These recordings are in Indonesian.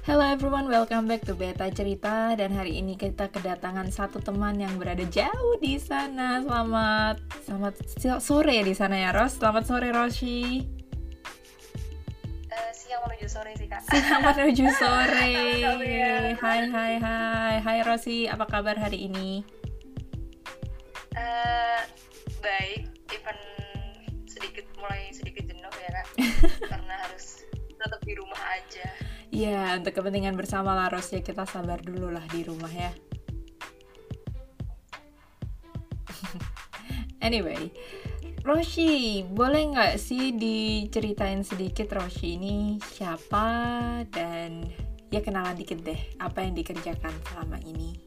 Hello everyone, welcome back to Beta Cerita. Dan hari ini kita kedatangan satu teman yang berada jauh di sana. Selamat sore di sana ya, Ros. Selamat sore, Roshi. Siang menuju sore sih, Kak. Siang menuju sore. Hai Roshi, apa kabar hari ini? Baik, even mulai sedikit jenuh ya, Kak. Karena harus tetap di rumah aja. Iya, untuk kepentingan bersama lah, Ros, ya kita sabar dulu lah di rumah ya. Anyway, Roshi, boleh nggak sih diceritain sedikit Roshi ini siapa, dan ya kenalan dikit deh apa yang dikerjakan selama ini.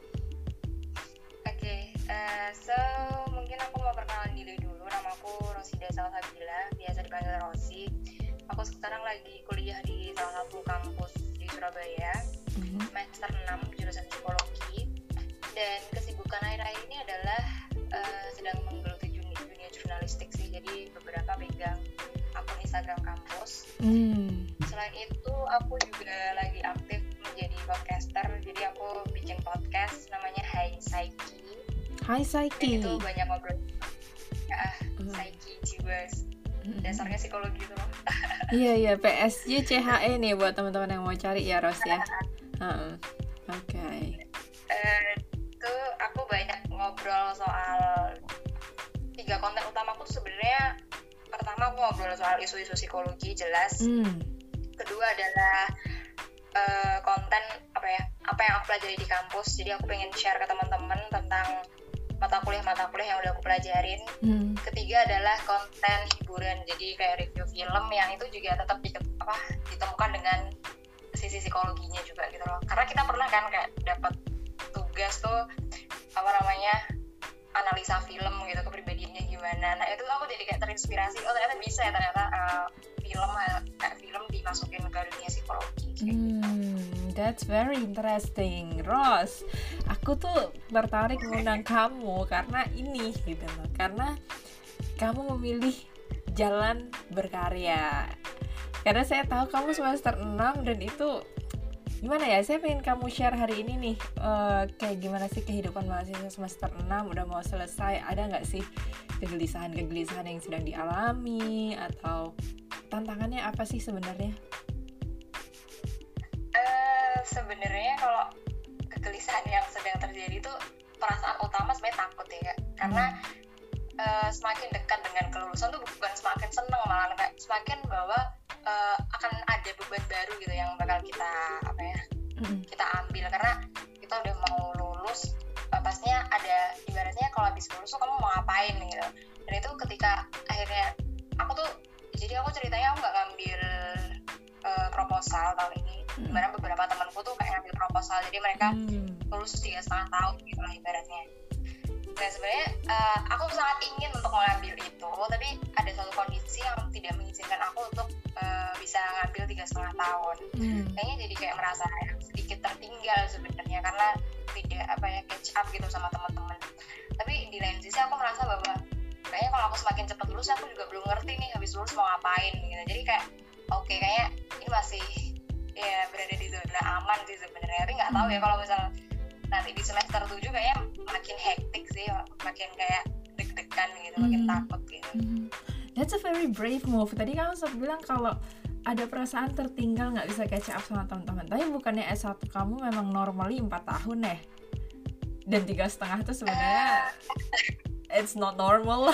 So mungkin aku mau perkenalan diri dulu. Namaku Rosida Salsabila, biasa dipanggil Rosi. Aku sekarang lagi kuliah di salah satu kampus di Surabaya, semester 6 jurusan psikologi. Dan kesibukan akhir-akhir ini adalah sedang menggeluti dunia jurnalistik sih. Jadi beberapa pegang akun Instagram kampus. Selain itu aku juga lagi aktif menjadi podcaster. Jadi aku bikin podcast namanya Hai Psyche. Hai Psyche. Itu banyak ngobrol. Psyche Jiwas. Dasarnya psikologi itu loh. Iya, PSJ CHE nih buat teman-teman yang mau cari ya, Ros ya. Oke. Itu aku banyak ngobrol soal 3 konten utamaku tuh sebenarnya. Pertama aku ngobrol soal isu-isu psikologi jelas. Kedua adalah konten apa yang aku pelajari di kampus. Jadi aku pengen share ke teman-teman tentang mata kuliah yang udah aku pelajarin. Ketiga adalah konten hiburan, jadi kayak review film yang itu juga tetap ditemukan dengan sisi psikologinya juga gitu loh. Karena kita pernah kan kayak dapat tugas tuh analisa film gitu, kepribadiannya gimana. Nah itu aku jadi kayak terinspirasi, ternyata bisa ya film dimasukin ke dunia psikologi. That's very interesting, Ros. Aku tuh tertarik mengundang kamu karena ini gitu loh. Karena kamu memilih jalan berkarya. Karena saya tahu kamu semester 6 dan itu gimana ya? Saya pengen kamu share hari ini nih kayak gimana sih kehidupan mahasiswa semester 6 udah mau selesai. Ada nggak sih kegelisahan yang sedang dialami atau tantangannya apa sih sebenarnya? Sebenarnya kalau kegelisahan yang sedang terjadi itu perasaan utama sebenarnya takut ya, karena semakin dekat dengan kelulusan tuh bukan semakin seneng, malah kayak semakin bahwa akan ada beban baru gitu yang bakal kita ambil, karena kita udah mau lulus. Pastinya ada ibaratnya kalau habis lulus tuh kamu mau ngapain gitu. Dan itu ketika akhirnya aku ceritanya aku nggak ngambil proposal tahun ini. Dimana beberapa temanku tuh kayak ngambil proposal, jadi mereka lulus 3,5 tahun gitu lah ibaratnya. Nah sebenarnya aku sangat ingin untuk mengambil itu, tapi ada satu kondisi yang tidak mengizinkan aku untuk bisa ngambil 3,5 tahun. Kayaknya jadi kayak merasa sedikit tertinggal sebenarnya, karena tidak catch up gitu sama teman-teman. Tapi di lain sisi aku merasa bahwa kayaknya kalau aku semakin cepat lulus, aku juga belum ngerti nih habis lulus mau ngapain gitu. Jadi kayak kayaknya ini masih ya berada di zona aman sih sebenarnya. Tapi nggak tahu ya kalau misal nanti di semester 7 kayaknya makin hektik sih, makin kayak deg-degan gitu, makin takut gitu. That's a very brave move. Tadi kamu sempat bilang kalau ada perasaan tertinggal, nggak bisa catch up sama teman-teman. Tapi bukannya S1 kamu memang normally 4 tahun ya? Dan 3,5 itu sebenarnya it's not normal.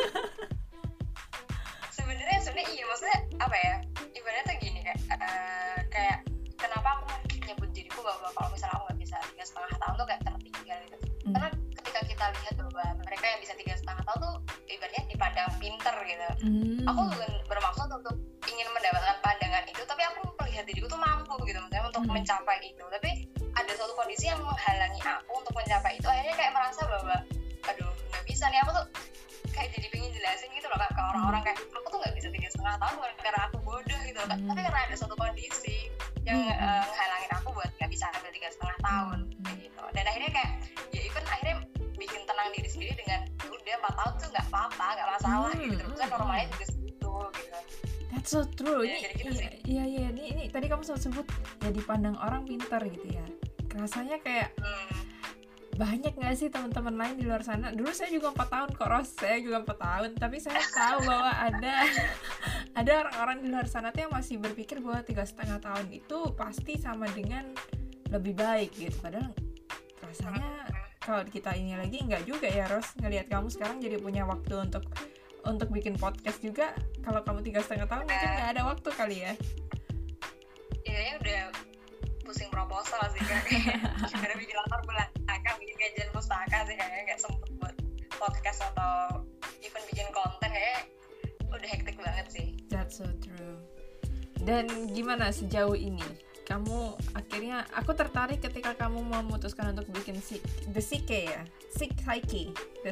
Sebenarnya iya, maksudnya ibaratnya tuh gini kayak kenapa aku nyebut diriku bahwa kalau misalnya aku nggak bisa 3,5 tahun tuh kayak tertinggal gitu. Karena ketika kita lihat bahwa mereka yang bisa 3,5 tahun tuh ibaratnya dipandang pinter gitu. Aku bukan bermaksud untuk ingin mendapatkan pandangan itu, tapi aku melihat diriku tuh mampu gitu, misalnya untuk mencapai itu. Tapi ada suatu kondisi yang menghalangi aku untuk mencapai itu. Akhirnya kayak merasa bahwa aduh nggak bisa nih, aku tuh kayak jadi pengen jelasin gitu loh, Kak, ke orang-orang kayak aku tuh nggak bisa 3,5 tahun bukan karena aku bodoh gitu, tapi karena ada suatu kondisi yang menghalangin aku buat nggak bisa ambil 3,5 tahun kayak gitu. Dan akhirnya kayak ya even akhirnya bikin tenang diri sendiri dengan udah 4 tahun tuh nggak apa-apa, nggak masalah gitu. Kan normalnya juga segitu gitu. That's so true. Ya, Ini gitu sih. iya ini tadi kamu sempat sebut ya dipandang orang pintar gitu ya. Rasanya kayak banyak nggak sih teman-teman lain di luar sana? Dulu saya juga 4 tahun kok, Ros. Saya juga 4 tahun, tapi saya tahu bahwa ada orang-orang di luar sana tuh yang masih berpikir bahwa 3,5 tahun itu pasti sama dengan lebih baik gitu. Padahal rasanya kalau kita ini lagi nggak juga ya, Ros. Ngelihat kamu sekarang jadi punya waktu untuk bikin podcast juga. Kalau kamu 3,5 tahun mungkin nggak ada waktu kali ya. Iya, udah pusing proposal sih kayak udah bikin latar belakang, bikin kajian pustaka sih, kayaknya nggak sempet buat podcast atau even bikin konten, kayak udah hektik banget sih. That's so true. Dan gimana sejauh ini? Kamu akhirnya, aku tertarik ketika kamu memutuskan untuk bikin The Psyche ya? The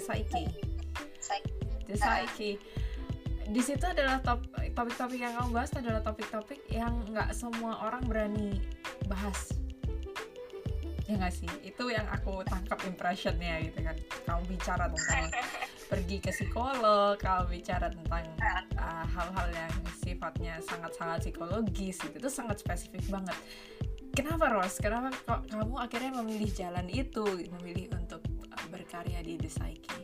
Psyche. Di situ adalah topik-topik yang kamu bahas adalah topik-topik yang nggak semua orang berani bahas, ya nggak sih? Itu yang aku tangkap impressionnya gitu kan. Kamu bicara tentang pergi ke psikolog, kamu bicara tentang hal-hal yang sifatnya sangat-sangat psikologis gitu. Itu sangat spesifik banget. Kenapa, Ros? Kenapa kok kamu akhirnya memilih jalan itu, memilih untuk berkarya di The Psyche?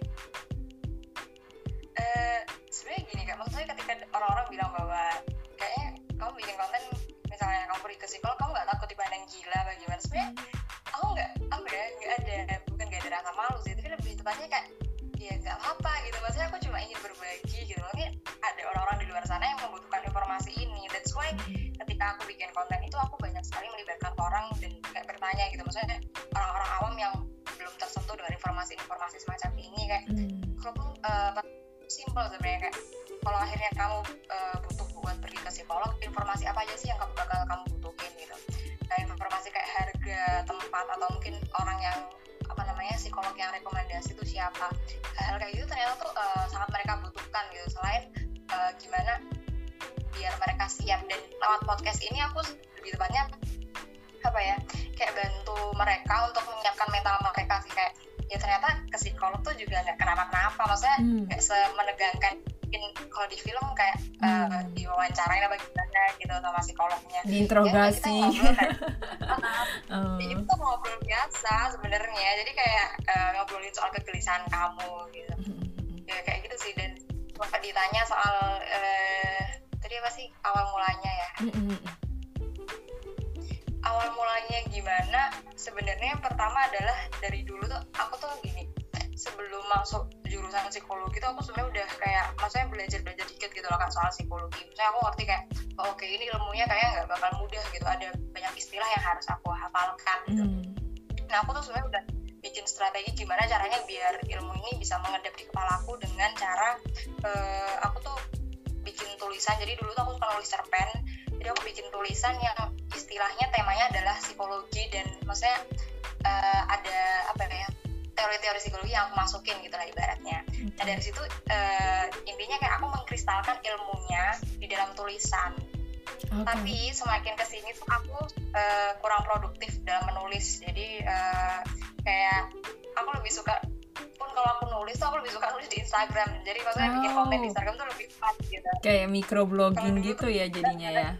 Sebenarnya gini Kak, maksudnya ketika orang-orang bilang bahwa kayaknya kamu bikin konten, misalnya kamu pergi ke psikolog, kamu nggak takut dipandang gila bagaimana? Sebenarnya aku nggak ada, bukan nggak ada rasa malu sih, tapi lebih tepatnya kayak ya nggak apa-apa gitu. Maksudnya aku cuma ingin berbagi gitu. Mungkin ada orang-orang di luar sana yang membutuhkan informasi ini. That's why ketika aku bikin konten itu aku banyak sekali melibatkan orang dan kayak bertanya gitu. Maksudnya orang-orang awam yang belum tersentuh dengan informasi-informasi semacam ini kayak kalau simple sebenarnya, kayak kalau akhirnya kamu butuh buat pergi ke psikolog, informasi apa aja sih yang bakal kamu butuhin gitu. Nah, informasi kayak harga tempat atau mungkin orang yang psikolog yang rekomendasi itu siapa, hal kayak gitu ternyata tuh sangat mereka butuhkan gitu. Selain gimana biar mereka siap, dan lewat podcast ini aku lebih tepatnya kayak bantu mereka untuk menyiapkan mental mereka sih, kayak ya ternyata ke psikolog tuh juga nggak kenapa-kenapa, maksudnya nggak semenegangkan mungkin kalau di film kayak diwawancarain apa gimana gitu sama psikolognya, diinterogasi. Ya, kita ngobrol itu tuh ngobrol biasa sebenarnya, jadi kayak ngobrolin soal kegelisahan kamu gitu, ya kayak gitu sih. Dan sempat ditanya soal tadi apa sih awal mulanya ya? Awal mulanya gimana? Sebenarnya yang pertama adalah dari dulu tuh aku tuh gini, sebelum masuk jurusan psikologi tuh aku sebenarnya udah kayak maksudnya belajar dikit gitu loh kan soal psikologi. Maksudnya aku ngerti kayak oke, ini ilmunya kayak nggak bakal mudah gitu, ada banyak istilah yang harus aku hafalkan gitu. Nah aku tuh sebenarnya udah bikin strategi gimana caranya biar ilmu ini bisa mengedap di kepalaku dengan cara aku tuh bikin tulisan. Jadi dulu tuh aku suka nulis cerpen, jadi aku bikin tulisan yang istilahnya temanya adalah psikologi, dan maksudnya ada teori-teori psikologi yang aku masukin gitu lah ibaratnya. Nah dari situ intinya kayak aku mengkristalkan ilmunya di dalam tulisan. Tapi semakin kesini tuh aku kurang produktif dalam menulis. Jadi kayak aku lebih suka, pun kalau aku nulis tuh aku lebih suka nulis di Instagram. Jadi maksudnya bikin konten di Instagram tuh lebih fun gitu. Kayak microblogging gitu ya jadinya ya.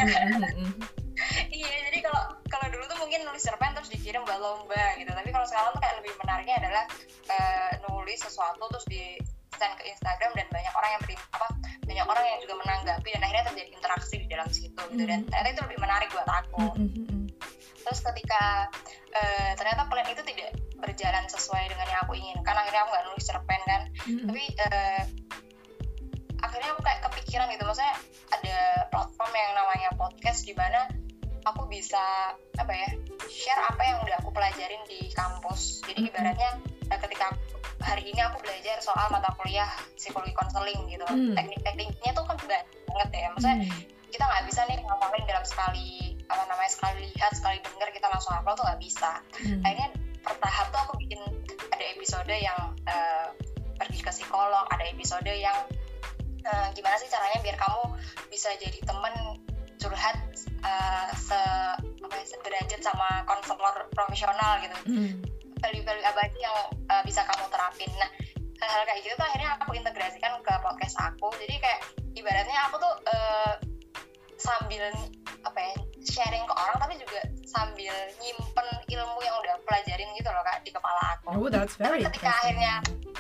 Iya, jadi kalau dulu tuh mungkin nulis cerpen terus dikirim buat lomba gitu. Tapi kalau sekarang tuh kayak lebih menariknya adalah nulis sesuatu terus di send ke Instagram, dan banyak orang yang juga menanggapi, dan akhirnya terjadi interaksi di dalam situ gitu. Dan ternyata itu lebih menarik buat aku. Terus ketika ternyata plan itu tidak berjalan sesuai dengan yang aku inginkan, akhirnya aku nggak nulis cerpen kan. Tapi akhirnya aku kayak kepikiran gitu, maksudnya ada platform yang namanya podcast di mana aku bisa share apa yang udah aku pelajarin di kampus. Jadi ibaratnya ketika hari ini aku belajar soal mata kuliah psikologi konseling gitu, teknik-tekniknya tuh kan banget ya, maksudnya kita nggak bisa nih ngapalin dalam sekali lihat, sekali dengar kita langsung upload tuh nggak bisa. Akhirnya bertahap tuh aku bikin ada episode yang pergi ke psikolog, ada episode yang gimana sih caranya biar kamu bisa jadi temen curhat sederajat sama konselor profesional gitu. Value-value apa aja yang bisa kamu terapin. Nah hal-hal kayak gitu tuh akhirnya aku integrasikan ke podcast aku. Jadi kayak ibaratnya aku tuh sambil apa ya, sharing ke orang, tapi juga sambil nyimpen ilmu yang udah aku pelajarin gitu loh Kak di kepala aku. Oh, that's very Tapi ketika akhirnya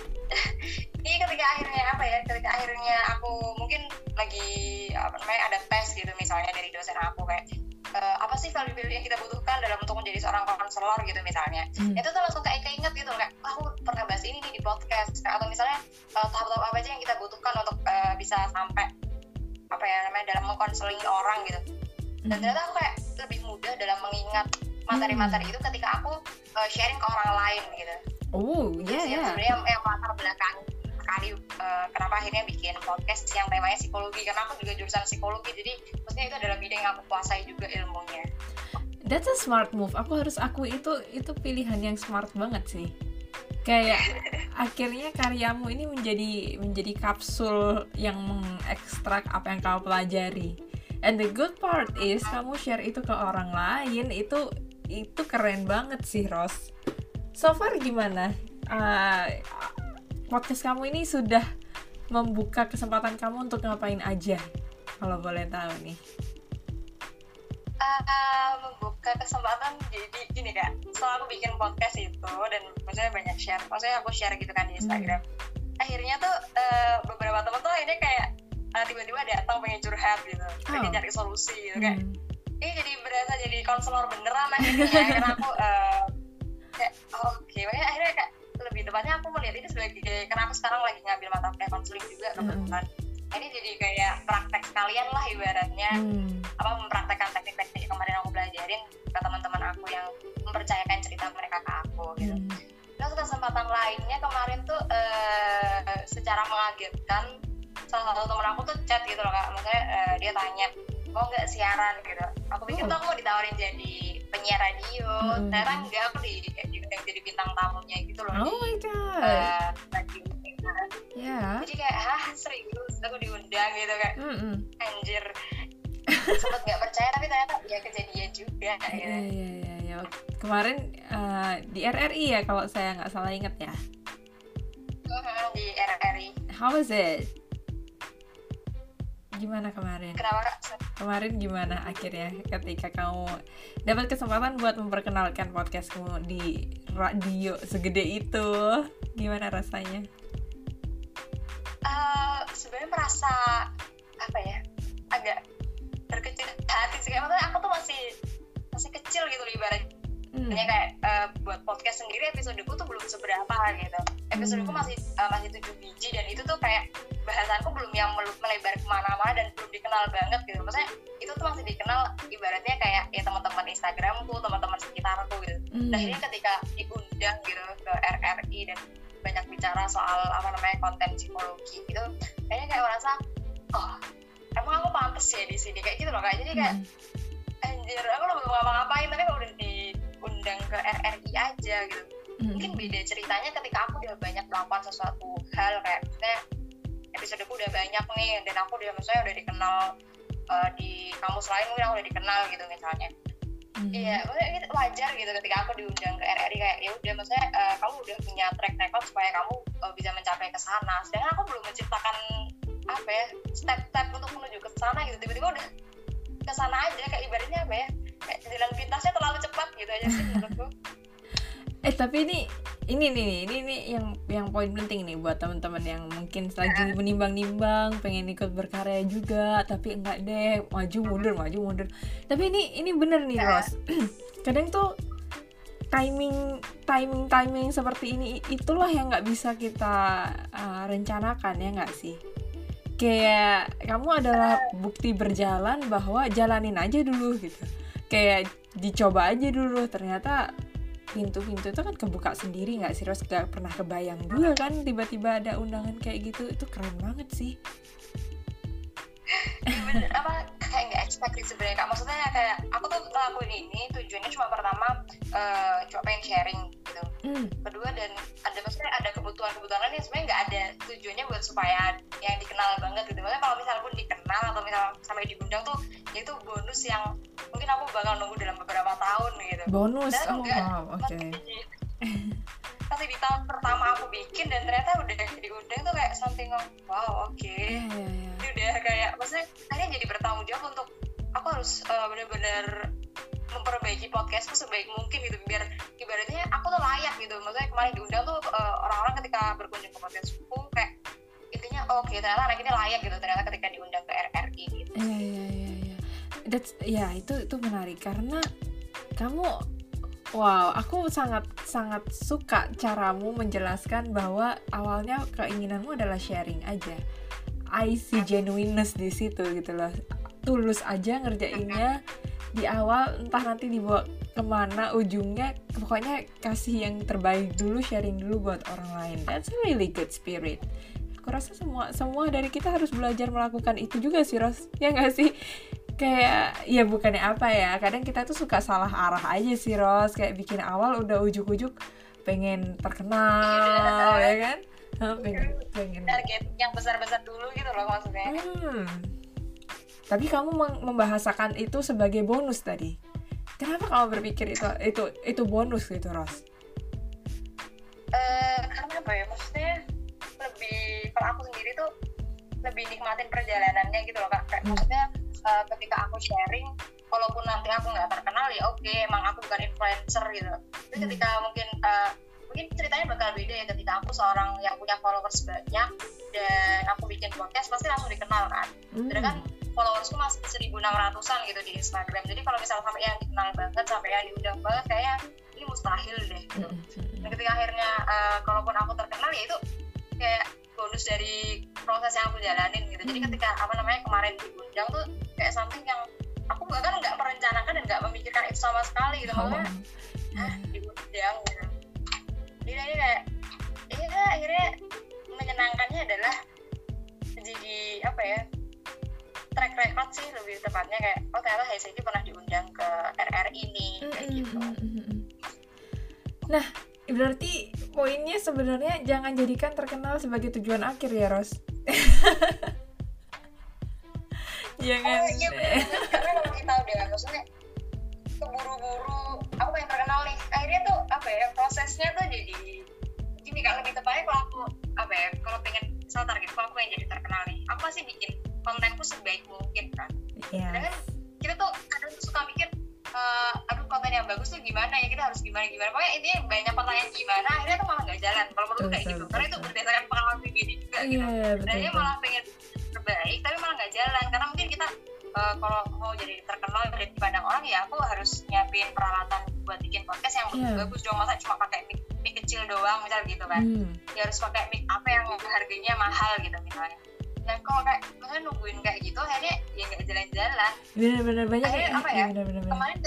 ketika akhirnya aku mungkin lagi ada tes gitu misalnya dari dosen aku kayak apa sih value-value yang kita butuhkan dalam untuk menjadi seorang konselor gitu misalnya. Itu tuh langsung kayak keinget gitu kayak aku pernah bahas ini nih di podcast, atau misalnya tahap-tahap apa aja yang kita butuhkan untuk bisa sampai dalam mengkonseling orang gitu. Dan ternyata aku kayak lebih mudah dalam mengingat materi-materi itu ketika aku sharing ke orang lain gitu. Oh, yeah. Sebenarnya yang latar belakang sekali kenapa akhirnya bikin podcast yang temanya psikologi, karena aku juga jurusan psikologi, jadi maksudnya itu adalah bidang yang aku kuasai juga ilmunya. That's a smart move. Aku harus akui itu pilihan yang smart banget sih. Kayak akhirnya karyamu ini menjadi kapsul yang mengekstrak apa yang kamu pelajari. And the good part is kamu share itu ke orang lain, itu keren banget sih, Ros. So far gimana? Podcast kamu ini sudah membuka kesempatan kamu untuk ngapain aja, kalau boleh tahu nih? Membuka kesempatan jadi gini Kak, setelah aku bikin podcast itu dan maksudnya banyak share, maksudnya aku share gitu kan di Instagram, akhirnya tuh beberapa teman tuh akhirnya kayak tiba-tiba datang pengen curhat gitu, pengen cari solusi gitu kayak ini jadi berasa jadi konselor beneran akhirnya karena aku kayak oke, makanya akhirnya kayak lebih tepatnya aku melihat ini sebagai, karena aku sekarang lagi ngambil mata kuliah konseling juga kebetulan. Ini jadi kayak praktek sekalian lah ibaratnya, mempraktekkan teknik-teknik yang kemarin aku belajarin ke teman-teman aku yang mempercayakan cerita mereka ke aku gitu. Terus kesempatan lainnya kemarin tuh secara mengagetkan salah satu teman aku tuh chat gitu loh Kak, maksudnya dia tanya mau nggak siaran gitu. Aku pikir tuh aku mau ditawarin jadi penyiar radio, ternyata enggak, aku diundang jadi bintang tamunya gitu loh. Oh my god. Radio. Yeah. Jadi kayak serius aku diundang gitu kayak anjir. Sempet nggak percaya tapi ternyata ya kejadian juga. Iya. Kemarin di RRI ya kalau saya nggak salah ingat ya. Di RRI. How was it? Gimana kemarin? Kenapa Kak? Kemarin gimana akhirnya ketika kamu dapat kesempatan buat memperkenalkan podcastmu di radio segede itu? Gimana rasanya? Sebenarnya merasa agak terkecil hati sih, kayak maksudnya aku tuh masih kecil gitu ibaratnya kayak buat podcast sendiri episodeku tuh belum seberapa gitu. Episodeku masih 7 biji dan itu tuh kayak bahasanku belum yang melebar kemana-mana dan belum dikenal banget gitu. Maksudnya itu tuh masih dikenal ibaratnya kayak ya teman-teman Instagramku, teman-teman sekitarku gitu. Nah ini ketika diundang gitu ke RRI dan banyak bicara soal konten psikologi gitu, kayaknya kayak merasa emang aku pantas ya di sini kayak gitu loh Kak. Jadi kayak anjir, aku belum ngapa-ngapain tapi udah diundang ke RRI aja gitu. Mungkin beda ceritanya ketika aku udah banyak melakukan sesuatu hal, kayak misalnya episodeku udah banyak nih dan aku udah dikenal di kampus lain, mungkin aku udah dikenal gitu misalnya. Iya, maksudnya wajar gitu ketika aku diundang ke RRI kayak ya udah, maksudnya kamu udah punya track record supaya kamu bisa mencapai ke sana. Sedangkan aku belum menciptakan step-step untuk menuju ke sana gitu. Tiba-tiba udah ke sana aja, kayak ibaratnya kayak jalan pintasnya terlalu cepat gitu aja sih menurutku. Tapi ini yang poin penting nih buat teman-teman yang mungkin lagi menimbang-nimbang pengen ikut berkarya juga tapi enggak deh, maju mundur. Tapi ini bener nih Ros. Kadang tuh timing seperti ini itulah yang nggak bisa kita rencanakan, ya nggak sih? Kayak kamu adalah bukti berjalan bahwa jalanin aja dulu gitu, kayak dicoba aja dulu. Ternyata pintu-pintu itu kan kebuka sendiri, nggak sih Ros? Gak pernah kebayang juga kan tiba-tiba ada undangan kayak gitu. Itu keren banget sih. Bener, kayak nggak expect sebenarnya Kak. Maksudnya kayak aku tuh ngelakuin ini tujuannya cuma pertama cuma pengen sharing gitu. Kedua dan ada kebutuhan lain yang sebenarnya nggak ada tujuannya buat supaya yang dikenal banget gitu. Maksudnya kalau misalnya pun dikenal atau misalnya sampai diundang tuh ya itu bonus yang mungkin aku bakal nunggu dalam beberapa tahun gitu. Bonus? Dan Oke. Masih di tahun pertama aku bikin dan ternyata udah diundang tuh kayak something wow, oke. Jadi udah kayak maksudnya akhirnya jadi bertanggung jawab untuk aku harus benar-benar memperbaiki podcastku sebaik mungkin gitu, biar ibaratnya aku tuh layak gitu. Maksudnya kemarin diundang tuh orang-orang ketika berkunjung ke podcastku kayak intinya oke, ternyata anak ini layak gitu ternyata ketika diundang ke RRI gitu. Iya. Itu menarik karena kamu, wow, aku sangat suka caramu menjelaskan bahwa awalnya keinginanmu adalah sharing aja. I see genuineness di situ gitu loh, tulus aja ngerjainnya di awal, entah nanti dibawa kemana ujungnya, pokoknya kasih yang terbaik dulu, sharing dulu buat orang lain. That's a really good spirit. Aku rasa semua dari kita harus belajar melakukan itu juga sih, Ros, ya nggak sih? Kayak ya bukannya apa ya, kadang kita tuh suka salah arah aja sih, Ros, kayak bikin awal udah ujuk-ujuk pengen terkenal ya kan, pengen target yang besar-besar dulu gitu loh maksudnya. Tapi kamu membahasakan itu sebagai bonus tadi. Kenapa kamu berpikir itu bonus gitu, Ros? Karena apa ya, maksudnya lebih, kalau aku sendiri tuh lebih nikmatin perjalanannya gitu loh Kak. Kayak maksudnya ketika aku sharing, walaupun nanti aku nggak terkenal ya oke, emang aku bukan influencer gitu. Tapi ketika mungkin ceritanya bakal beda ya, ketika aku seorang yang punya followers banyak dan aku bikin podcast pasti langsung dikenal kan. Sedangkan followersku masih 1.600-an gitu di Instagram. Jadi kalau misalnya sampai yang dikenal banget, sampai yang diundang banget, kayaknya ini mustahil deh gitu. Dan ketika akhirnya kalaupun aku terkenal ya itu kayak bonus dari proses yang aku jalanin gitu. Jadi ketika kemarin diundang tuh kayak something yang aku bahkan nggak merencanakan dan nggak memikirkan itu sama sekali gitu. Maksudnya diundang gitu. Jadi ini kayak akhirnya menyenangkannya adalah jadi apa ya, track record sih lebih tepatnya, kayak ternyata Heiseki pernah diundang ke RRI ini kayak gitu. Nah, berarti poinnya sebenarnya jangan jadikan terkenal sebagai tujuan akhir ya, Ros. Jangan. Iya benar. Karena kalau kita udah maksudnya keburu-buru aku pengen terkenal nih, akhirnya tuh apa ya, prosesnya tuh jadi gini Kak, lebih tepatnya kalau aku kalau pengen misal target kalau aku pengen jadi terkenal nih, aku pasti bikin kontenku sebaik mungkin kan. Karena kita tuh kadang suka mikir aduh konten yang bagus tuh gimana ya, kita harus gimana pokoknya intinya banyak pertanyaan gimana, akhirnya tuh malah nggak jalan kalau menurut kayak gitu, karena itu berdasarkan pengalaman pribadi juga gitu. Akhirnya malah pengen terbaik tapi malah nggak jalan, karena mungkin kita kalau mau jadi terkenal dan dipandang orang ya aku harus nyiapin peralatan buat bikin podcast yang bagus dong, masa cuma pakai mic kecil doang misal gitu kan. Ya harus pakai mic apa yang harganya mahal gitu misalnya. Dan kalau kayak misalnya nungguin kayak gitu akhirnya ya nggak jalan-jalan. Benar-benar banyak akhirnya ya. Apa ya? Bener. Kemarin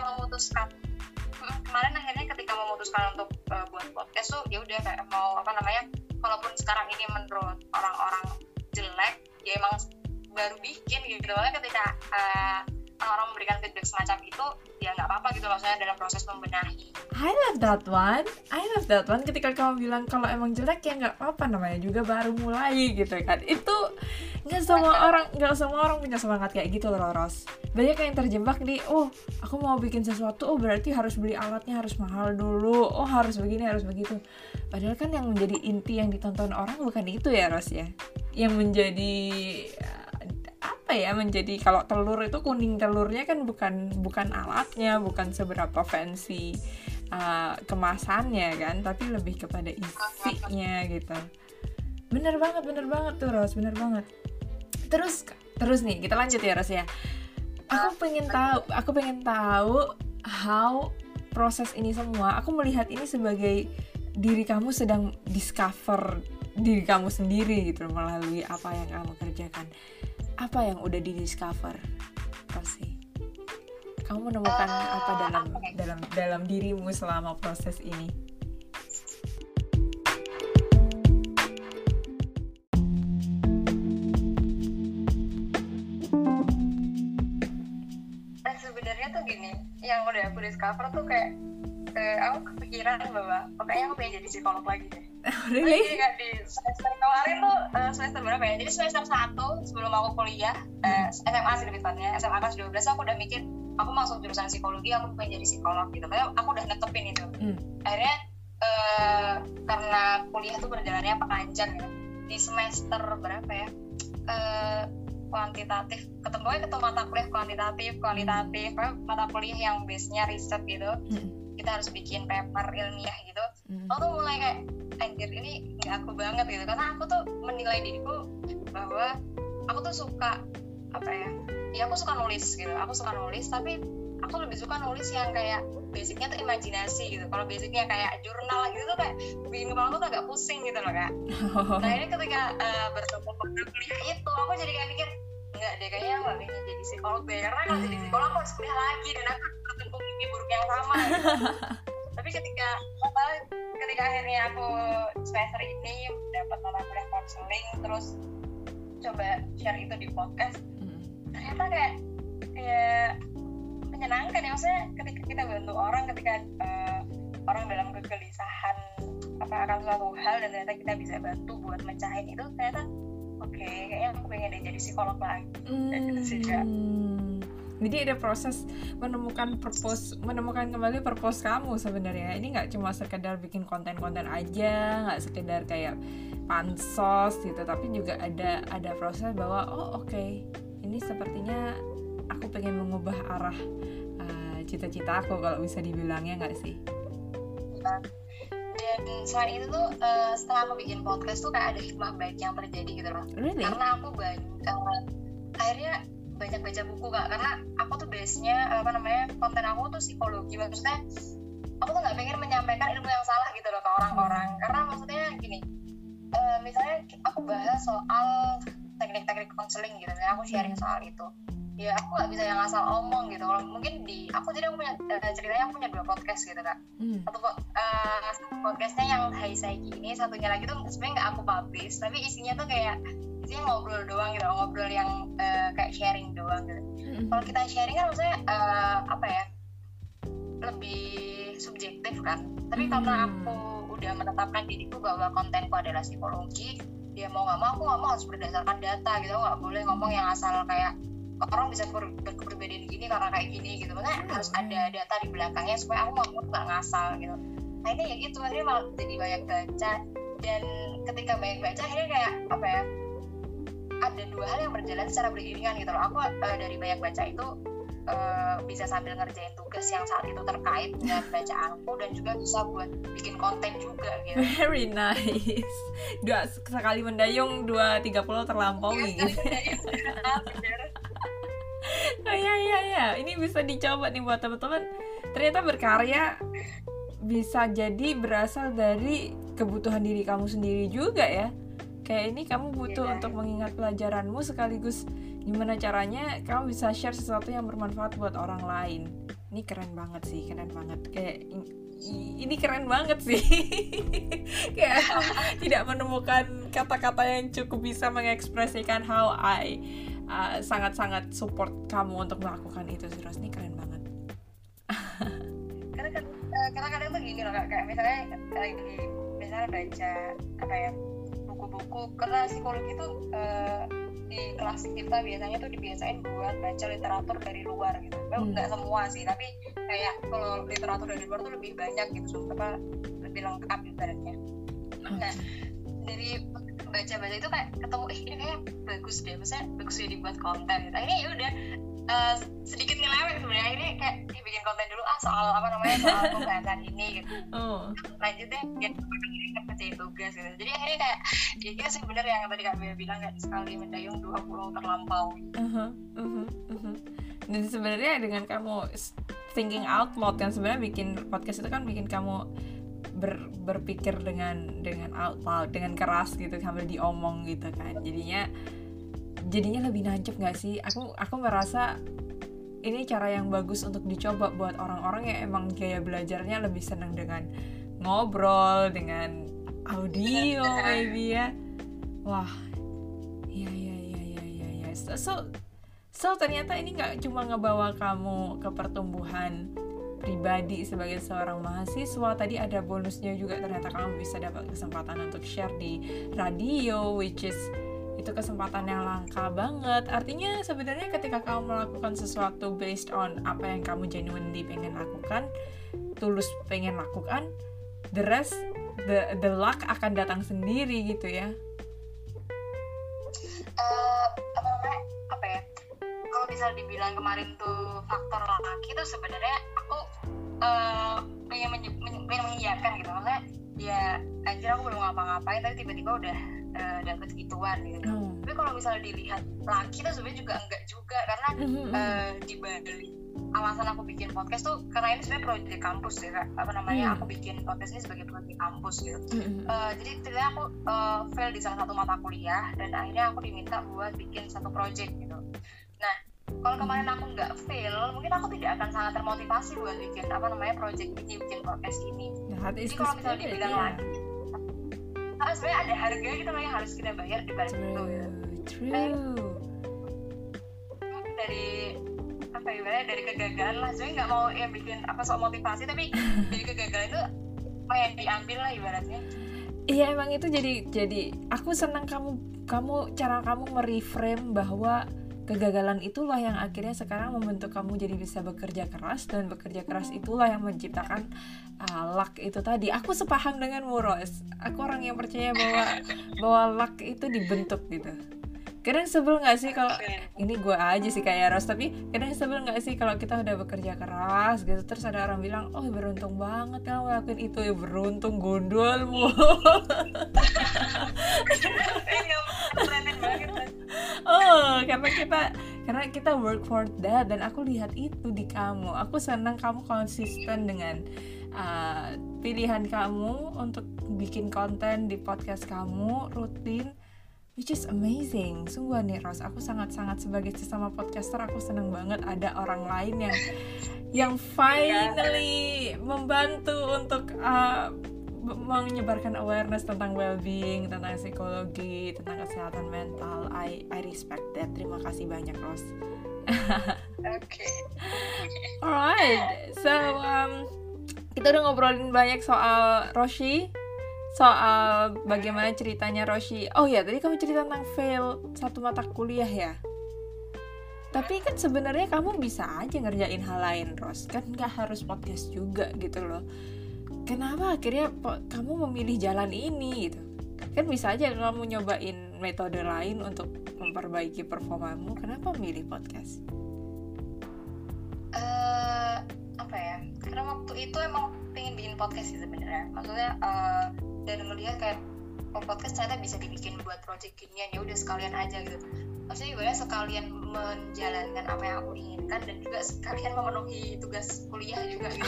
ketika memutuskan untuk buat podcast tuh ya udah kayak mau walaupun sekarang ini menurut orang-orang jelek ya emang baru bikin gitu. Makanya ketika orang memberikan feedback semacam itu ya nggak apa-apa gitu, maksudnya dalam proses membenahi. I love that one. Ketika kamu bilang kalau emang jelek ya nggak apa-apa, namanya juga baru mulai gitu kan. Itu nggak semua orang punya semangat kayak gitu loh, Ros. Banyak yang terjebak di aku mau bikin sesuatu, berarti harus beli alatnya harus mahal dulu, harus begini harus begitu. Padahal kan yang menjadi inti yang ditonton orang bukan itu ya, Ros ya. Yang menjadi kalau telur itu kuning telurnya kan bukan alatnya, bukan seberapa fancy kemasannya kan, tapi lebih kepada isinya gitu. Bener banget tuh, Ros, bener banget. Terus nih kita lanjut ya, Ros ya. Aku pengen tahu how proses ini semua. Aku melihat ini sebagai diri kamu sedang discover diri kamu sendiri gitu melalui apa yang kamu kerjakan. Apa yang udah di-discover, Rosi? Kamu menemukan apa dalam dirimu selama proses ini? Sebenarnya tuh gini, yang udah aku discover tuh kayak aku kepikiran bahwa pokoknya aku pengen jadi psikolog lagi deh. Really? Jadi kan di semester kemarin tuh semester berapa ya? Jadi semester 1 sebelum aku kuliah SMA sih lebih tepatnya, SMA kelas 12 aku udah mikir aku masuk jurusan psikologi, aku pengen jadi psikolog gitu. Tapi aku udah netepin itu. Akhirnya karena kuliah tuh perjalanannya panjang ya. Di semester berapa ya? kuantitatif, ketemu mata kuliah kualitatif, mata kuliah yang base-nya riset gitu. Kita harus bikin paper ilmiah gitu. Aku tuh mulai kayak anjir ini nggak aku banget gitu, karena aku tuh menilai diriku bahwa aku tuh suka aku suka nulis gitu, tapi aku lebih suka nulis yang kayak basicnya tuh imajinasi gitu. Kalau basicnya kayak jurnal gitu tuh kayak bikin kepala aku tuh agak pusing gitu loh Kak. Nah ini ketika bertemu pada kuliah itu aku jadi kayak mikir enggak deh, kayaknya aku gak pengen jadi psikolog deh, karena kalau jadi psikolog aku harus kuliah lagi dan aku bertemu mimpi buruk yang sama gitu. Tapi ketika akhirnya aku semester ini dapat mata kuliah konseling, terus coba share itu di podcast, ternyata kayak menyenangkan ya. Maksudnya ketika kita bantu orang, ketika orang dalam kegelisahan akan suatu hal dan ternyata kita bisa bantu buat mencahin itu, ternyata kayaknya aku pengen deh jadi psikolog lagi. Dan itu sih Kak. Jadi ada proses menemukan kembali purpose kamu sebenarnya. Ini nggak cuma sekedar bikin konten-konten aja, nggak sekedar kayak pansos gitu, tapi juga ada proses bahwa ini sepertinya aku pengen mengubah arah cita-cita aku, kalau bisa dibilangnya nggak sih? Dan selain itu tuh setelah aku bikin podcast tuh kayak ada hikmah baik yang terjadi gitu loh. Really? Karena aku akhirnya banyak baca buku Kak, karena aku tuh base-nya konten aku tuh psikologi. Maksudnya aku tuh nggak pengen menyampaikan ilmu yang salah gitu loh ke orang-orang, karena maksudnya gini, misalnya aku bahas soal teknik-teknik konseling gitu, dan aku sharing soal itu, ya aku nggak bisa yang asal omong gitu. Kalau mungkin aku punya ceritanya, aku punya 2 podcast gitu Kak. Satu podcastnya yang Hai Saiki ini, satunya lagi tuh sebenarnya nggak aku publish, tapi isinya ngobrol doang gitu, ngobrol yang kayak sharing doang gitu. Kalau kita sharing kan maksudnya lebih subjektif kan, tapi karena aku udah menetapkan diriku bahwa kontenku adalah psikologi, ya mau nggak mau harus berdasarkan data gitu. Nggak boleh ngomong yang asal kayak orang bisa berkepribadian gini karena kayak gini gitu. Maksudnya harus ada data di belakangnya supaya aku nggak ngasal gitu. Nah ini ya gitu, akhirnya malah jadi banyak baca, dan ketika banyak baca akhirnya kayak ada 2 hal yang berjalan secara beriringan gitu loh. Aku dari banyak baca itu bisa sambil ngerjain tugas yang saat itu terkait dengan bacaanku, dan juga bisa buat bikin konten juga gitu. Very nice. Sekali mendayung 2.30 terlampaui gitu. Ya. Ini bisa dicoba nih buat teman-teman. Ternyata berkarya bisa jadi berasal dari kebutuhan diri kamu sendiri juga ya. Kayak ini kamu butuh untuk mengingat pelajaranmu, sekaligus gimana caranya kamu bisa share sesuatu yang bermanfaat buat orang lain. Ini keren banget sih, kayak ini keren banget sih. Kayak aku tidak menemukan kata-kata yang cukup bisa mengekspresikan how I sangat-sangat support kamu untuk melakukan itu sih, Ros. Ini keren banget. Karena kadang tuh gini loh Kak, kayak misalnya baca buku-buku, karena psikologi itu di kelas kita biasanya tuh dibiasain buat baca literatur dari luar gitu. Nggak semua sih, tapi kayak kalau literatur dari luar tuh lebih banyak gitu, lebih lengkap ibaratnya. Nah dari baca-baca itu kayak ketemu ini kayak bagus deh, maksudnya bagus deh dibuat konten gitu. Akhirnya ya udah sedikit nyeleweng sebenarnya, ini kayak bikin konten dulu soal pembahasan ini gitu. Lanjut deh kerjain tugas gitu. Jadi akhirnya kayak ya gitu sih, bener yang tadi Kak Bea bilang, kayak sekali mendayung 2 pulau terlampaui. Dan sebenarnya dengan kamu thinking out loud kan, sebenarnya bikin podcast itu kan bikin kamu berpikir dengan out loud, dengan keras gitu, sambil diomong gitu kan. Jadinya lebih nancep nggak sih? Aku merasa ini cara yang bagus untuk dicoba buat orang-orang yang emang gaya belajarnya lebih senang dengan ngobrol, dengan audio maybe ya. Wah, iya. So ternyata ini nggak cuma ngebawa kamu ke pertumbuhan pribadi sebagai seorang mahasiswa, tadi ada bonusnya juga, ternyata kamu bisa dapat kesempatan untuk share di radio, which is itu kesempatan yang langka banget. Artinya sebenarnya ketika kamu melakukan sesuatu based on apa yang kamu genuinely pengen lakukan, tulus pengen lakukan, the rest, the luck akan datang sendiri gitu ya. apa ya, kalau bisa dibilang kemarin tuh faktor laki tuh sebenarnya aku pengen mengiyakan gitu, maksudnya ya anjir aku belum ngapa-ngapain tapi tiba-tiba udah dapet gituan gitu. Tapi kalau misalnya dilihat laki tuh sebenarnya juga enggak juga, karena di balik alasan aku bikin podcast tuh karena ini sebenarnya proyek kampus ya Kak. Apa namanya, aku bikin podcast ini sebagai proyek kampus gitu. Jadi ceritanya aku fail di salah satu mata kuliah dan akhirnya aku diminta buat bikin satu project gitu. Nah, kalau kemarin aku nggak fail, mungkin aku tidak akan sangat termotivasi buat bikin apa namanya project ini, bikin podcast ini. Jadi kalau misalnya dibilang lagi, karena sebenarnya ada harga gitu loh yang harus kita bayar di balik itu gitu. Dari apa ya, dari kegagalan lah, sebenarnya nggak mau ya bikin apa soal motivasi, tapi dari kegagalan itu apa yang diambil lah ibaratnya. Iya, emang itu jadi aku senang kamu cara kamu mereframe bahwa kegagalan itulah yang akhirnya sekarang membentuk kamu jadi bisa bekerja keras, dan bekerja keras itulah yang menciptakan luck itu tadi. Aku sepaham denganmu, Ros. Aku orang yang percaya bahwa luck itu dibentuk gitu. Kadang sebel nggak sih kalau ini gue aja sih kayak Ros, tapi kadang sebel nggak sih kalau kita udah bekerja keras gitu terus ada orang bilang, oh beruntung banget kamu lakuin itu. Ya beruntung gondolmu. Oh, karena kita work for that, dan aku lihat itu di kamu. Aku senang kamu konsisten dengan pilihan kamu untuk bikin konten di podcast kamu rutin, which is amazing. Sungguh nih Ros, aku sangat-sangat sebagai sesama podcaster aku senang banget ada orang lain yang finally membantu untuk menyebarkan awareness tentang well-being, tentang psikologi, tentang kesehatan mental. I respect that. Terima kasih banyak, Ros. Okay. Alright, so kita udah ngobrolin banyak soal Roshi, soal bagaimana ceritanya Roshi. Oh ya, tadi kamu cerita tentang fail satu mata kuliah ya. Tapi kan sebenarnya kamu bisa aja ngerjain hal lain, Ros. Kan nggak harus podcast juga gitu loh. Kenapa akhirnya kamu memilih jalan ini gitu? Kan bisa aja kamu nyobain metode lain untuk memperbaiki performamu. Kenapa memilih podcast? Apa ya? Karena waktu itu emang pengen bikin podcast sih sebenarnya. Maksudnya dan ngelihat kayak podcast ternyata bisa dibikin buat project ginian, ya udah sekalian aja gitu. Maksudnya ibaratnya sekalian menjalankan apa yang aku inginkan dan juga sekalian memenuhi tugas kuliah juga gitu.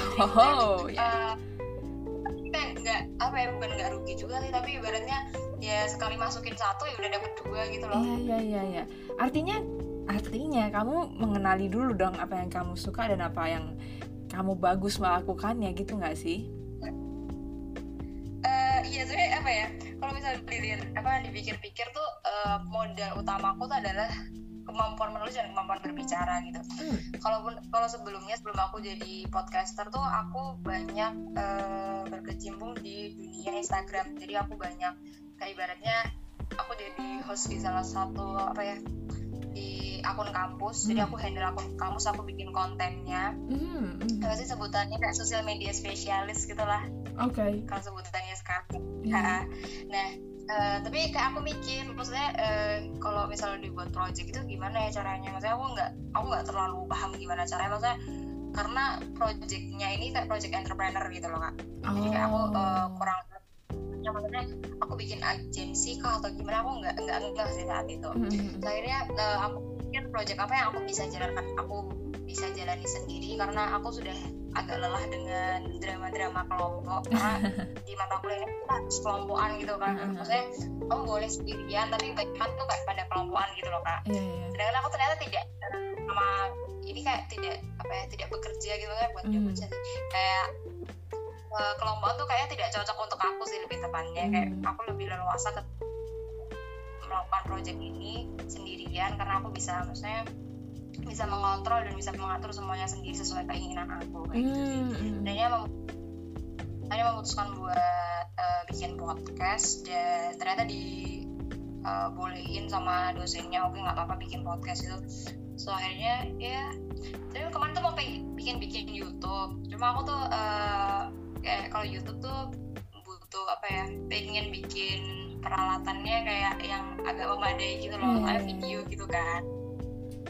Nggak apa ya, bukan nggak rugi juga sih, tapi ibaratnya ya sekali masukin satu ya udah dapet dua gitu loh. Iya. Artinya kamu mengenali dulu dong apa yang kamu suka dan apa yang kamu bagus melakukannya gitu nggak sih? Iya, sebenarnya apa ya, kalau misalnya dipikir-pikir tuh modal utamaku tuh adalah kemampuan menulis dan kemampuan berbicara gitu. Kalau sebelum aku jadi podcaster tuh aku banyak berkecimpung di dunia Instagram. Jadi aku banyak kayak ibaratnya aku jadi host di salah satu di akun kampus. Jadi aku handle akun kampus, aku bikin kontennya. Apa sih sebutannya, kayak social media spesialis gitulah. Oke. Kalau sebutannya sekarang. Nah, tapi kayak aku mikir, maksudnya kalau misalnya dibuat project itu gimana ya caranya? Maksudnya aku nggak terlalu paham gimana caranya. Maksudnya karena projectnya ini kayak project entrepreneur gitu loh Kak. Jadi kayak aku kurang, maksudnya aku bikin agensi kah atau gimana, aku nggak sih saat itu. Akhirnya aku pikir project apa yang aku bisa jalani sendiri, karena aku sudah agak lelah dengan drama-drama kelompok. Karena di mata kuliah ini kita harus kelompokan gitu kan. Maksudnya kamu boleh sendirian tapi banyak tuh kayak pada kelompokan gitu loh Kak. Sedangkan aku ternyata tidak sama ini, kayak tidak bekerja gitu kan buat Indonesia sih. Kayak kelompokan tuh kayaknya tidak cocok untuk aku sih, lebih tepatnya kayak aku lebih leluasa melakukan project ini sendirian, karena aku bisa mengontrol dan bisa mengatur semuanya sendiri sesuai keinginan aku kayak gitu sih. Dan dia memutuskan buat bikin podcast, dan ternyata dibolehin sama dosennya, oke nggak apa-apa bikin podcast itu. So akhirnya ya, tapi kemarin tuh mau bikin YouTube, cuma aku tuh kayak kalau YouTube tuh butuh pengen bikin peralatannya kayak yang agak memadai gitu loh, kayak video gitu kan.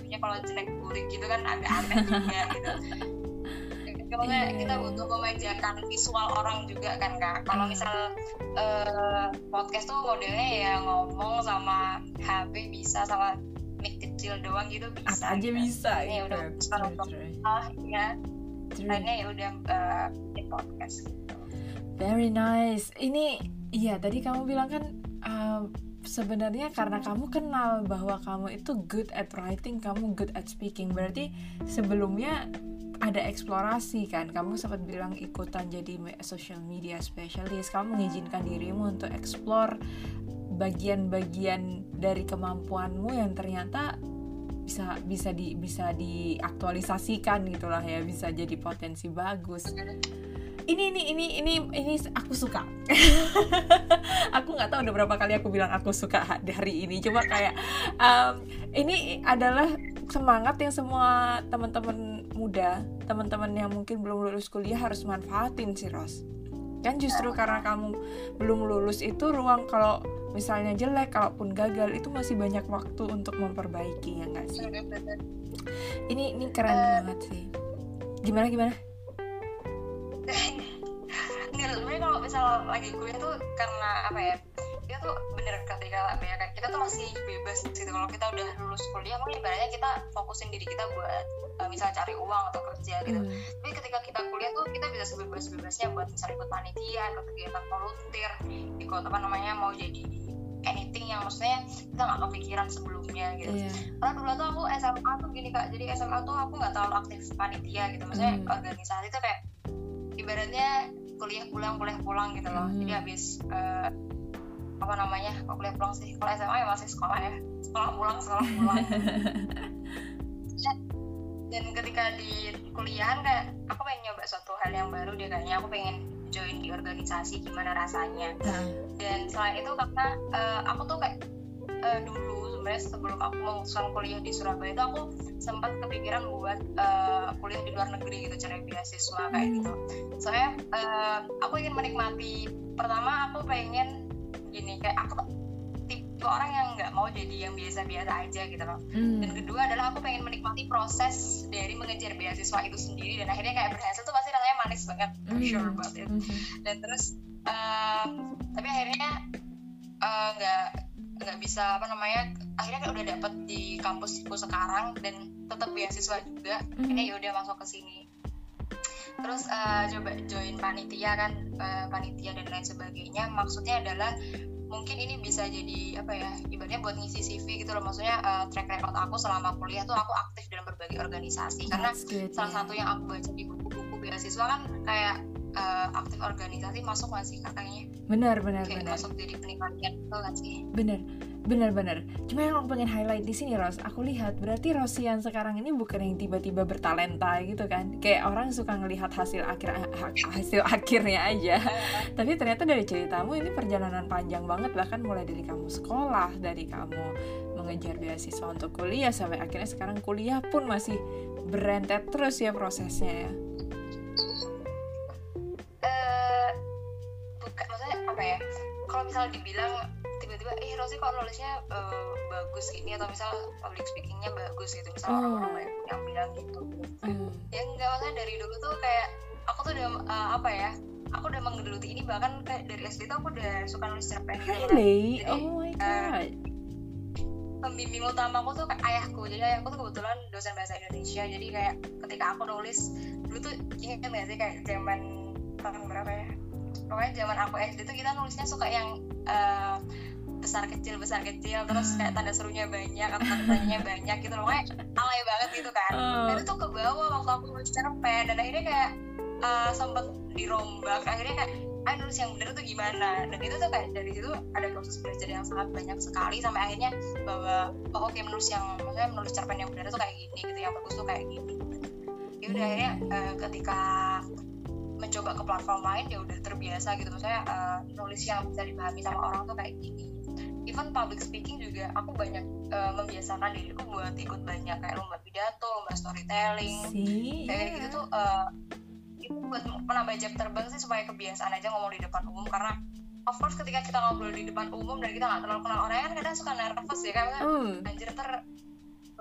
jadinya kalau jelek burik gitu kan agak aneh juga gitu. Karena kita butuh memanjakan visual orang juga kan Kak. Kalau misal podcast tuh modelnya ya ngomong sama HP bisa, sama mic kecil doang gitu bisa. Apa aja gitu. bisa Ini gitu. udah sekarang ya. Akhirnya ya udah di podcast gitu. Very nice. Ini iya tadi kamu bilang kan sebenarnya karena kamu kenal bahwa kamu itu good at writing, kamu good at speaking. Berarti sebelumnya ada eksplorasi kan, kamu sempat bilang ikutan jadi social media specialist, kamu mengizinkan dirimu untuk explore bagian-bagian dari kemampuanmu yang ternyata bisa diaktualisasikan gitulah ya, bisa jadi potensi bagus. Ini aku suka. Aku nggak tahu udah berapa kali aku bilang aku suka hari ini, cuma kayak ini adalah semangat yang semua teman-teman muda, teman-teman yang mungkin belum lulus kuliah harus manfaatin sih Ros. Kan justru karena kamu belum lulus itu ruang, kalau misalnya jelek, kalaupun gagal itu masih banyak waktu untuk memperbaiki, ya nggak sih? Ini keren banget sih. Gimana? Nggak, sebenarnya kalau misal lagi kuliah tuh karena apa ya, kita tuh bener ketika apa ya, kita tuh masih bebas gitu. Kalau kita udah lulus kuliah mungkin ibaratnya kita fokusin diri kita buat misal cari uang atau kerja gitu. Tapi ketika kita kuliah tuh kita bisa sebebas-bebasnya buat misal ikut panitia, ikut kegiatan volunteer, ikut apa namanya, mau jadi anything yang maksudnya kita nggak kepikiran sebelumnya gitu. Karena dulu tuh aku SMA tuh gini Kak, jadi SMA tuh aku nggak terlalu aktif panitia gitu. Maksudnya organisasi tuh kayak ibaratnya kuliah pulang gitu loh. Jadi habis apa namanya, kok kuliah pulang sih, kalau SMA ya masih sekolah ya, sekolah pulang dan ketika di kuliahan kayak aku pengen nyoba suatu hal yang baru deh, kayaknya aku pengen join di organisasi, gimana rasanya. Dan selain itu karena aku tuh kayak dulu sebenarnya sebelum aku memutuskan kuliah di Surabaya itu aku sempat kepikiran buat kuliah di luar negeri gitu, cari beasiswa kayak gitu. Soalnya aku ingin menikmati, pertama aku pengen gini, kayak aku tipe orang yang nggak mau jadi yang biasa-biasa aja gitu loh. Dan kedua adalah aku pengen menikmati proses dari mengejar beasiswa itu sendiri, dan akhirnya kayak berhasil tuh pasti rasanya manis banget, for sure about it. Dan terus tapi akhirnya nggak bisa apa namanya, akhirnya kan udah dapet di kampusku sekarang dan tetap beasiswa juga. Akhirnya ya udah masuk ke sini. Terus coba join panitia kan, panitia dan lain sebagainya. Maksudnya adalah mungkin ini bisa jadi apa ya, ibaratnya buat ngisi CV gitu loh. Maksudnya track record aku selama kuliah tuh aku aktif dalam berbagai organisasi. Karena salah satu yang aku baca di buku-buku beasiswa kan kayak aktif organisasi masuk nggak sih katanya? Benar. Masuk jadi penelitian itu kan sih? Benar. Cuma yang aku pengen highlight di sini Ros, aku lihat berarti Rosi yang sekarang ini bukan yang tiba-tiba bertalenta gitu kan. Kayak orang suka ngelihat hasil akhirnya aja. Tapi ternyata dari ceritamu ini perjalanan panjang banget, bahkan mulai dari kamu sekolah, dari kamu mengejar beasiswa untuk kuliah sampai akhirnya sekarang kuliah pun masih berentet terus ya prosesnya ya. Maksudnya apa ya? Kalau misalnya dibilang tiba-tiba Rosi kok nulisnya bagus ini, atau misal public speakingnya bagus gitu, misal orang-orang yang bilang gitu. Ya enggak, maksudnya dari dulu tuh kayak aku tuh udah aku udah menggeluti ini, bahkan kayak dari SD tuh aku udah suka nulis cerpen gitu kan. Jadi, oh my god. Pembimbing utama aku tuh kayak ayahku. Jadi ayahku tuh kebetulan dosen bahasa Indonesia. Jadi kayak ketika aku nulis dulu tuh, ingat nggak sih kayak zaman tahun berapa ya? Pokoknya zaman aku SD tuh kita nulisnya suka yang besar kecil terus kayak tanda serunya banyak atau tanda tanyanya banyak gitu loh, kayak alay banget gitu kan. Dan itu ke bawah waktu aku nulis cerpen, dan akhirnya kayak sempet dirombak. Akhirnya kayak nulis yang bener tuh gimana, dan itu tuh kayak dari situ ada proses belajar yang sangat banyak sekali, sampai akhirnya bahwa oke, menulis cerpen yang bener tuh kayak gini gitu, yang bagus tuh kayak gini. Ya udah akhirnya ketika mencoba ke platform lain ya udah terbiasa gitu. Maksudnya nulis yang bisa dipahami sama orang tuh kayak gini. Even public speaking juga aku banyak membiasakan diriku buat ikut banyak kayak lomba pidato, lomba storytelling, kayak gitu tuh itu buat menambah jam terbang sih, supaya kebiasaan aja ngomong di depan umum. Karena of course ketika kita ngobrol di depan umum dan kita nggak terlalu kenal orangnya kan kadang suka nervous ya kan, anjir ntar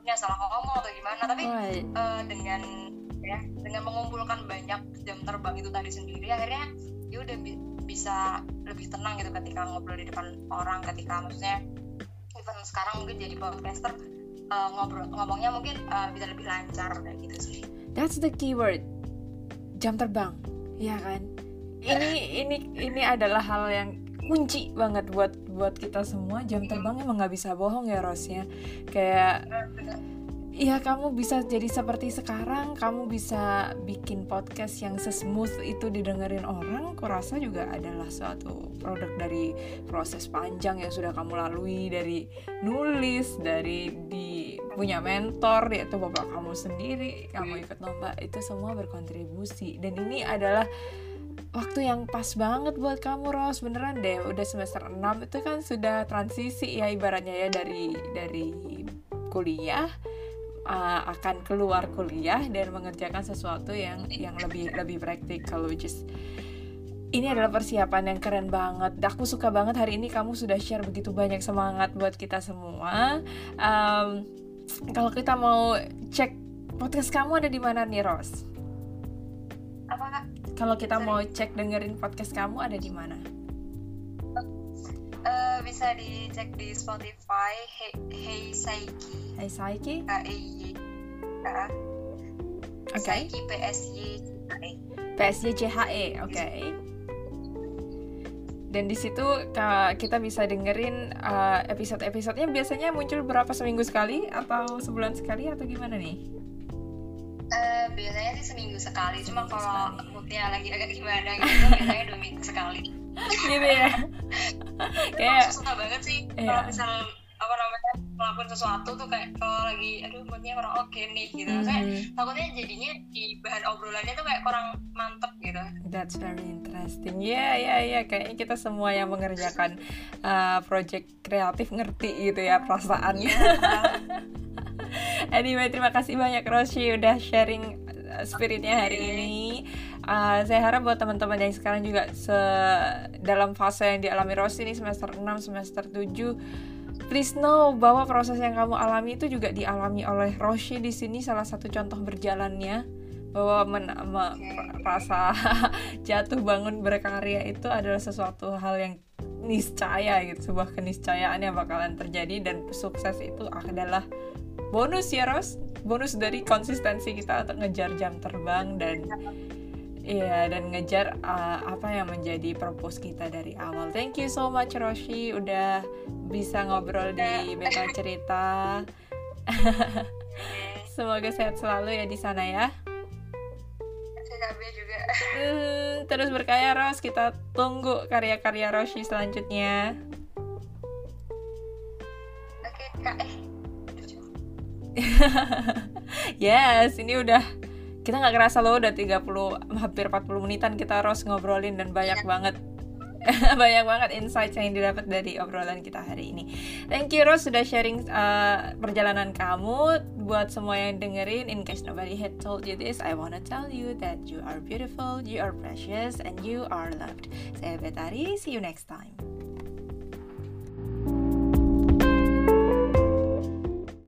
takutnya salah ngomong atau gimana, tapi Right. dengan mengumpulkan banyak jam terbang itu tadi sendiri, akhirnya ya udah bisa lebih tenang gitu ketika ngobrol di depan orang, ketika maksudnya even sekarang mungkin jadi podcaster, ngomongnya mungkin bisa lebih lancar kayak gitu sih. That's the keyword, jam terbang, ya kan? Ini adalah hal yang kunci banget buat kita semua. Jam terbang emang nggak bisa bohong ya, Ros ya. Kayak ya kamu bisa jadi seperti sekarang, kamu bisa bikin podcast yang sesmooth itu didengerin orang. Kurasa juga adalah suatu produk dari proses panjang yang sudah kamu lalui, dari nulis, dari punya mentor, yaitu bapak kamu sendiri, kamu ikut lomba, itu semua berkontribusi. Dan ini adalah waktu yang pas banget buat kamu, Ros. Beneran deh, udah semester 6 itu kan sudah transisi ya ibaratnya ya, dari kuliah akan keluar kuliah dan mengerjakan sesuatu yang lebih praktikal, which is ini adalah persiapan yang keren banget. Aku suka banget hari ini kamu sudah share begitu banyak semangat buat kita semua. Kalau kita mau cek podcast kamu ada di mana nih, Ros? Apa Kak? Kalau kita mau cek dengerin podcast kamu ada di mana? Bisa dicek di Spotify, Hey Saiki. Hey Saiki? K-E-Y. Oke. Saiki PSY. PSYCHE, oke. Dan di situ kita bisa dengerin episode-episodenya. Biasanya muncul berapa, seminggu sekali atau sebulan sekali atau gimana nih? Biasanya sih seminggu sekali. Cuma kalau moodnya lagi agak gimana gitu, biasanya 2 minggu sekali. Gitu ya. Kayak susah banget sih kalau misal melakukan sesuatu tuh, kayak kalau lagi moodnya kurang oke nih gitu. Kayak takutnya jadinya di bahan obrolannya tuh kayak kurang mantep gitu. That's very interesting. Ya, kayaknya kita semua yang mengerjakan project kreatif ngerti gitu ya perasaannya. Anyway, terima kasih banyak Roshi udah sharing spiritnya hari ini. Saya harap buat teman-teman yang sekarang juga dalam fase yang dialami Roshi ini, semester 6, semester 7, please know bahwa proses yang kamu alami itu juga dialami oleh Roshi di sini. Salah satu contoh berjalannya bahwa rasa jatuh bangun berkarya itu adalah sesuatu hal yang niscaya gitu, sebuah keniscayaan yang bakalan terjadi, dan sukses itu adalah bonus ya, Ros, bonus dari konsistensi kita untuk ngejar jam terbang dan ngejar apa yang menjadi purpose kita dari awal. Thank you so much Roshi udah bisa ngobrol di Beto Cerita. Semoga sehat selalu ya di sana ya. CKB juga. Terus berkarya Ros, kita tunggu karya-karya Roshi selanjutnya. Oke Kak. Yes, ini udah kita nggak kerasa loh udah hampir 40 menitan kita Ros ngobrolin, dan banyak banget insight yang didapat dari obrolan kita hari ini. Thank you Ros sudah sharing perjalanan kamu. Buat semua yang dengerin, in case nobody had told you this, I wanna tell you that you are beautiful, you are precious, and you are loved. Saya Betari, see you next time.